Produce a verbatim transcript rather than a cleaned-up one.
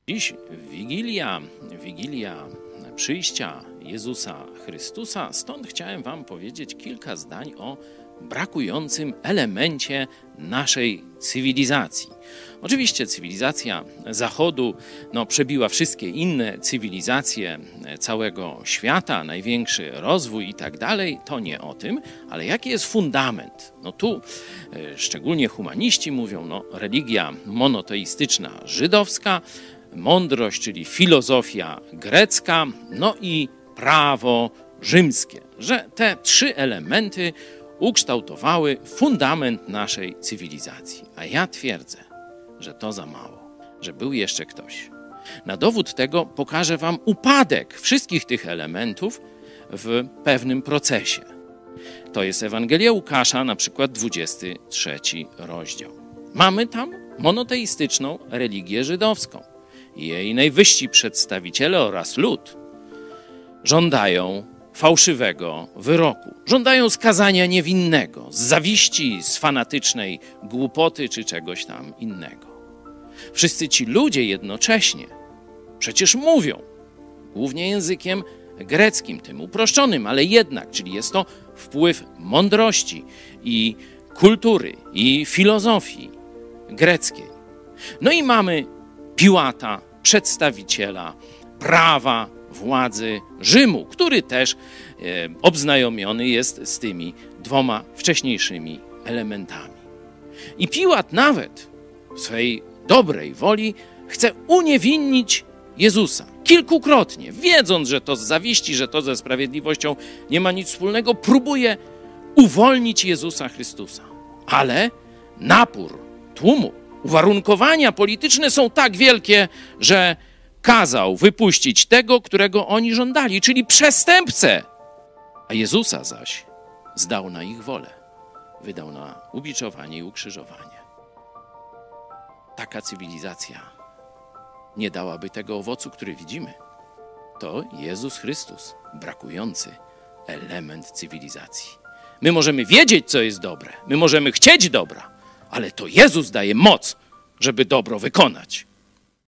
Dziś Wigilia, Wigilia przyjścia Jezusa Chrystusa, stąd chciałem wam powiedzieć kilka zdań o brakującym elemencie naszej cywilizacji. Oczywiście cywilizacja Zachodu no, przebiła wszystkie inne cywilizacje całego świata, największy rozwój i tak dalej, to nie o tym, ale jaki jest fundament? No tu e, szczególnie humaniści mówią, no religia monoteistyczna żydowska, mądrość, czyli filozofia grecka, no i prawo rzymskie, że te trzy elementy ukształtowały fundament naszej cywilizacji. A ja twierdzę, że to za mało, że był jeszcze ktoś. Na dowód tego pokażę wam upadek wszystkich tych elementów w pewnym procesie. To jest Ewangelia Łukasza, na przykład dwudziesty trzeci rozdział. Mamy tam monoteistyczną religię żydowską. Jej najwyżsi przedstawiciele oraz lud żądają fałszywego wyroku. Żądają skazania niewinnego, z zawiści, z fanatycznej głupoty czy czegoś tam innego. Wszyscy ci ludzie jednocześnie przecież mówią, głównie językiem greckim, tym uproszczonym, ale jednak, czyli jest to wpływ mądrości i kultury i filozofii greckiej. No i mamy Piłata, przedstawiciela prawa, władzy Rzymu, który też e, obznajomiony jest z tymi dwoma wcześniejszymi elementami. I Piłat nawet w swej dobrej woli chce uniewinnić Jezusa. Kilkukrotnie, wiedząc, że to z zawiści, że to ze sprawiedliwością nie ma nic wspólnego, próbuje uwolnić Jezusa Chrystusa. Ale napór tłumu, uwarunkowania polityczne są tak wielkie, że kazał wypuścić tego, którego oni żądali, czyli przestępcę. A Jezusa zaś zdał na ich wolę. Wydał na ubiczowanie i ukrzyżowanie. Taka cywilizacja nie dałaby tego owocu, który widzimy. To Jezus Chrystus, brakujący element cywilizacji. My możemy wiedzieć, co jest dobre. My możemy chcieć dobra, ale to Jezus daje moc, żeby dobro wykonać.